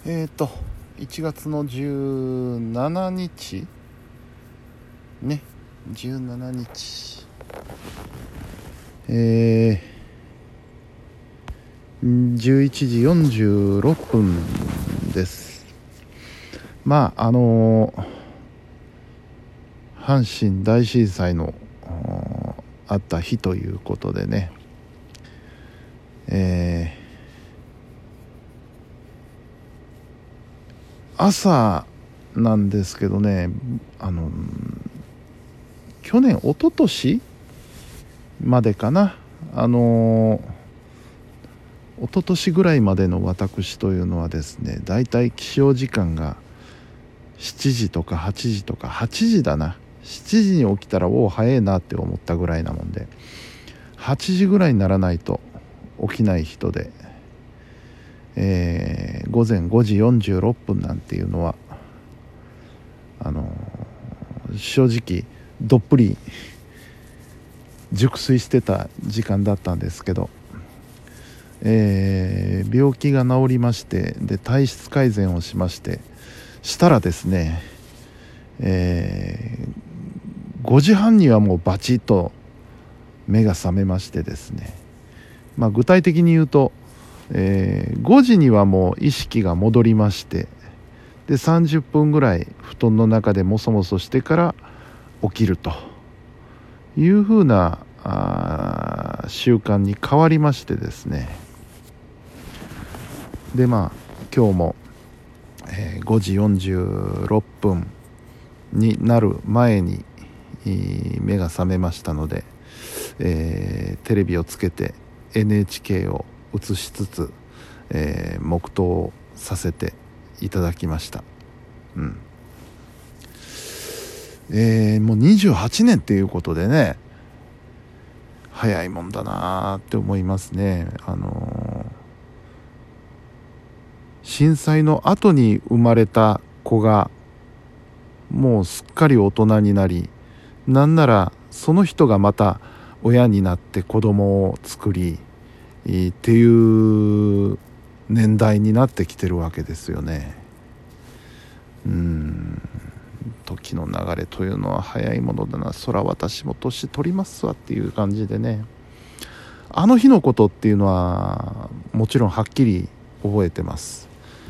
1月の17日ね、17日11時46分です。阪神大震災のあった日ということでね、朝なんですけどね、去年一昨年までかな、一昨年ぐらいまでの私というのはですね、だいたい起床時間が7時とか8時とか8時だな、7時に起きたら早いなって思ったぐらいなもんで、8時ぐらいにならないと起きない人で、午前5時46分なんていうのは正直どっぷり熟睡してた時間だったんですけど、病気が治りまして、で体質改善をしたらですね、5時半にはもうバチッと目が覚めましてですね、具体的に言うと、5時にはもう意識が戻りまして、で30分ぐらい布団の中でもそもそしてから起きるというふうな習慣に変わりましてですね、で今日も、5時46分になる前に目が覚めましたので、テレビをつけて NHK を映しつつ、黙祷をさせていただきました。もう28年っていうことでね、早いもんだなって思いますね。震災の後に生まれた子がもうすっかり大人になり、なんならその人がまた親になって子供を作りっていう年代になってきてるわけですよね。時の流れというのは早いものだな、そら私も年取りますわっていう感じでね、あの日のことっていうのはもちろんはっきり覚えてます。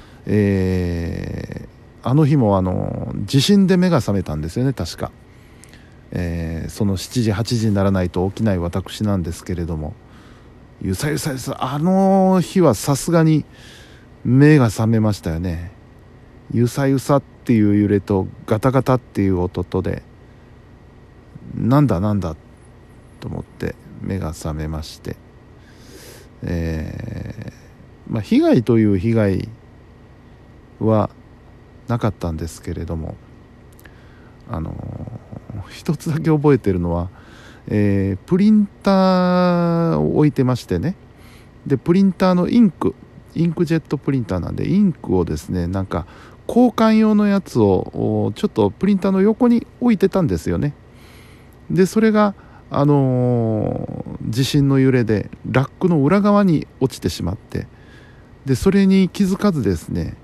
あの日も地震で目が覚めたんですよね、確か。その7時8時にならないと起きない私なんですけれども、ゆさゆさあの日はさすがに目が覚めましたよね。ゆさゆさっていう揺れとガタガタっていう音とで、なんだと思って目が覚めまして、被害という被害はなかったんですけれども、一つだけ覚えてるのは、プリンターを置いてましてね、でプリンターのインクジェットプリンターなんで、インクをですね、なんか交換用のやつをちょっとプリンターの横に置いてたんですよね。でそれが地震の揺れでラックの裏側に落ちてしまって、でそれに気づかずですね、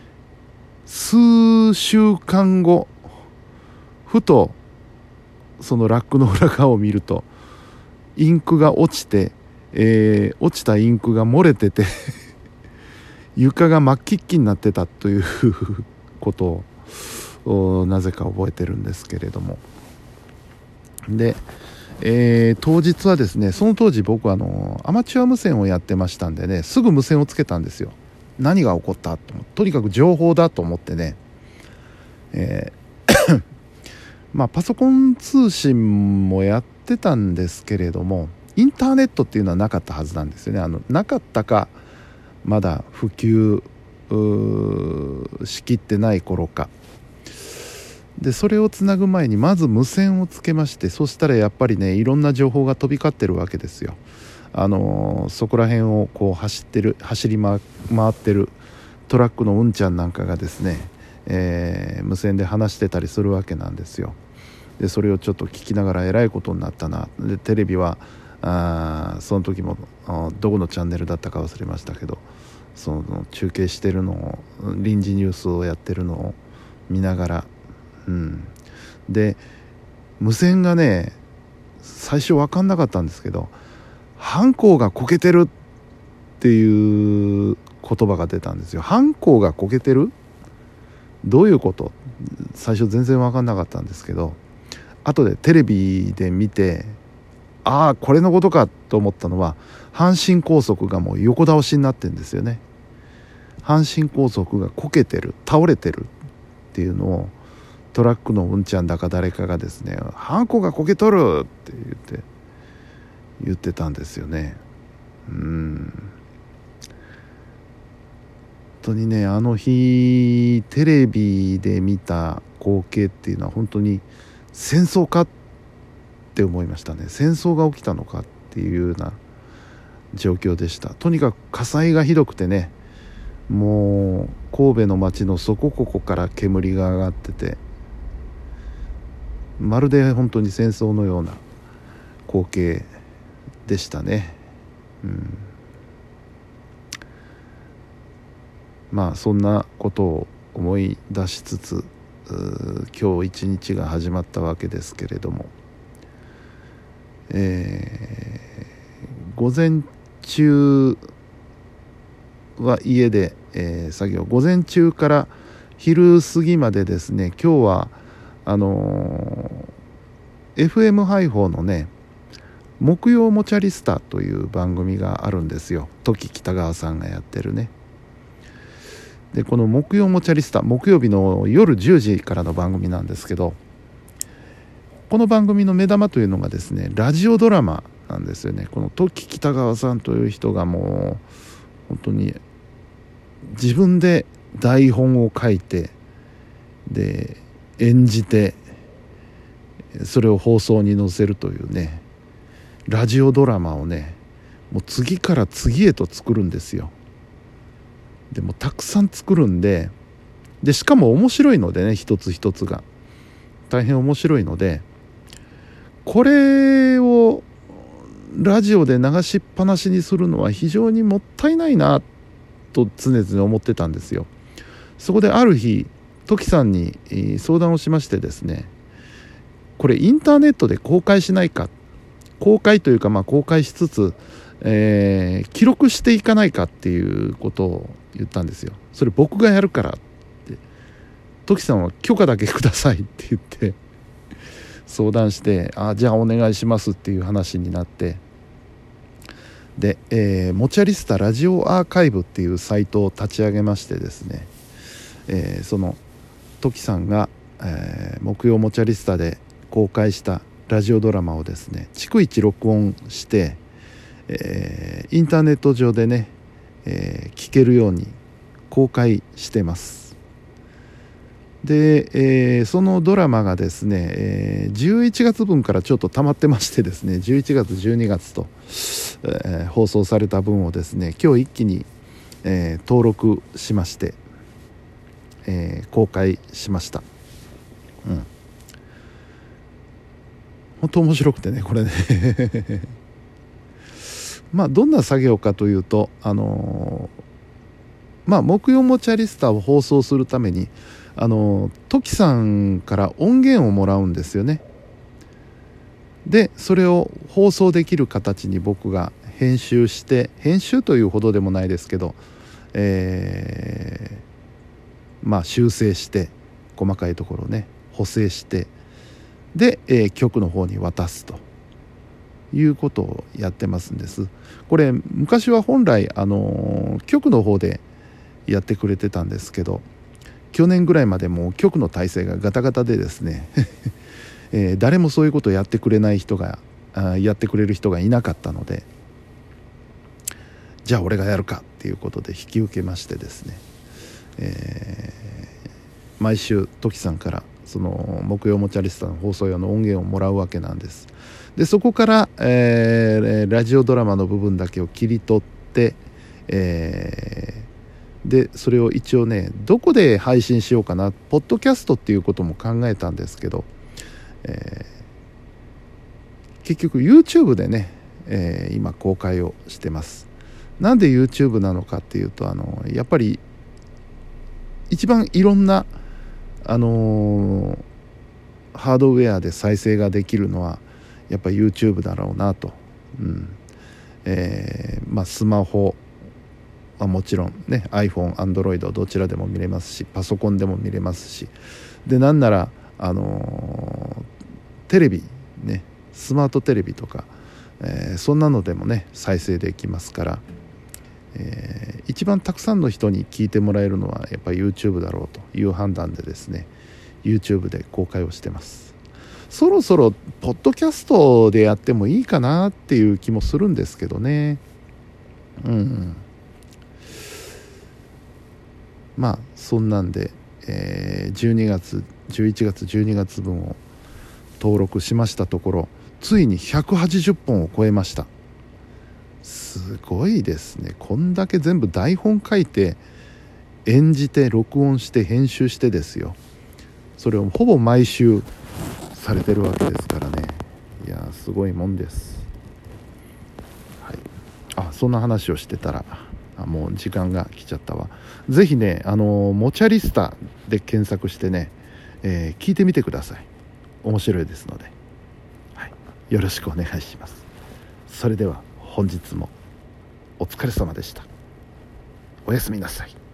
数週間後ふとそのラックの裏側を見ると、インクが落ちて、落ちたインクが漏れてて床が真っ黄っになってたということをなぜか覚えてるんですけれども、で、当日はですね、その当時僕はアマチュア無線をやってましたんでね、すぐ無線をつけたんですよ。何が起こったとにかく情報だと思ってね、パソコン通信もやってたんですけれども、インターネットっていうのはなかったはずなんですよね。なかったか、まだ普及しきってない頃かで、それをつなぐ前にまず無線をつけまして、そしたらやっぱりね、いろんな情報が飛び交ってるわけですよ。そこら辺をこう走り回ってるトラックのうんちゃんなんかがですね、無線で話してたりするわけなんですよ。でそれをちょっと聞きながらえらいことになったな。でテレビはその時もどこのチャンネルだったか忘れましたけど、 その中継してるのを、臨時ニュースをやってるのを見ながら、で無線がね最初分かんなかったんですけど、ハンコウがこけてるっていう言葉が出たんですよ。ハンコウがこけてる、どういうこと、最初全然分かんなかったんですけど、後でテレビで見て、ああこれのことかと思ったのは、阪神高速がもう横倒しになってるんですよね。阪神高速がこけてる、倒れてるっていうのをトラックのうんちゃんだか誰かがですね、ハンコがこけとるって言ってたんですよね。本当にね、あの日テレビで見た光景っていうのは本当に戦争かって思いましたね。戦争が起きたのかっていうような状況でした。とにかく火災がひどくてね、もう神戸の街のそこここから煙が上がってて、まるで本当に戦争のような光景でしたね。まあそんなことを思い出しつつ、今日一日が始まったわけですけれども、午前中は家で、作業、午前中から昼過ぎまでですね、今日はFM 配報のね、木曜もちゃリスタという番組があるんですよ。時北川さんがやってるね。でこの木曜もちゃリスタ、木曜日の夜10時からの番組なんですけど、この番組の目玉というのがですね、ラジオドラマなんですよね。この時北川さんという人がもう本当に自分で台本を書いて、で演じて、それを放送に載せるというね、ラジオドラマをね、もう次から次へと作るんですよ。でもたくさん作るんで、しかも面白いのでね、一つ一つが大変面白いので、これをラジオで流しっぱなしにするのは非常にもったいないなと常々思ってたんですよ。そこである日時さんに相談をしましてですね、これインターネットで公開しないか、公開というか公開しつつ、記録していかないかっていうことを言ったんですよ。それ僕がやるからって、時さんは許可だけくださいって言って相談して、じゃあお願いしますっていう話になって、で、もちゃリスタラジオアーカイブっていうサイトを立ち上げましてですね、その時さんが、木曜もちゃリスタで公開したラジオドラマをですね、逐一録音して、インターネット上でね、聞けるように公開してます。で、そのドラマがですね、11月分からちょっと溜まってましてですね、11月12月と、放送された分をですね、今日一気に、登録しまして、公開しました。本当面白くてね、これねどんな作業かというと、木曜もちゃリスタを放送するために時さんから音源をもらうんですよね。でそれを放送できる形に僕が編集して、編集というほどでもないですけど、修正して、細かいところをね補正して、で、局の方に渡すということをやってますんです。これ昔は本来局の方でやってくれてたんですけど、去年ぐらいまでもう局の体制がガタガタでですね、誰もそういうことをやってくれない人がやってくれる人がいなかったので、じゃあ俺がやるかっていうことで引き受けましてですね、毎週時さんからその木曜もちゃリスタの放送用の音源をもらうわけなんです。でそこから、ラジオドラマの部分だけを切り取って、でそれを一応ね、どこで配信しようかな、ポッドキャストっていうことも考えたんですけど、結局 YouTube でね、今公開をしてます。 なんで YouTube なのかっていうとやっぱり一番いろんなハードウェアで再生ができるのはやっぱ YouTube だろうなと、スマホはもちろんね iPhone、Android どちらでも見れますし、パソコンでも見れますし、でなんならテレビね、スマートテレビとか、そんなのでもね再生できますから、一番たくさんの人に聞いてもらえるのはやっぱり YouTube だろうという判断でですね YouTube で公開をしてます。そろそろポッドキャストでやってもいいかなっていう気もするんですけどね。まあそんなんで、12月11月12月分を登録しましたところ、ついに180本を超えました。すごいですね。こんだけ全部台本書いて演じて録音して編集してですよ、それをほぼ毎週されてるわけですからね。いやすごいもんです。そんな話をしてたらもう時間が来ちゃったわ。ぜひねモチャリスタで検索してね、聞いてみてください。面白いですので、よろしくお願いします。それでは本日もお疲れ様でした。おやすみなさい。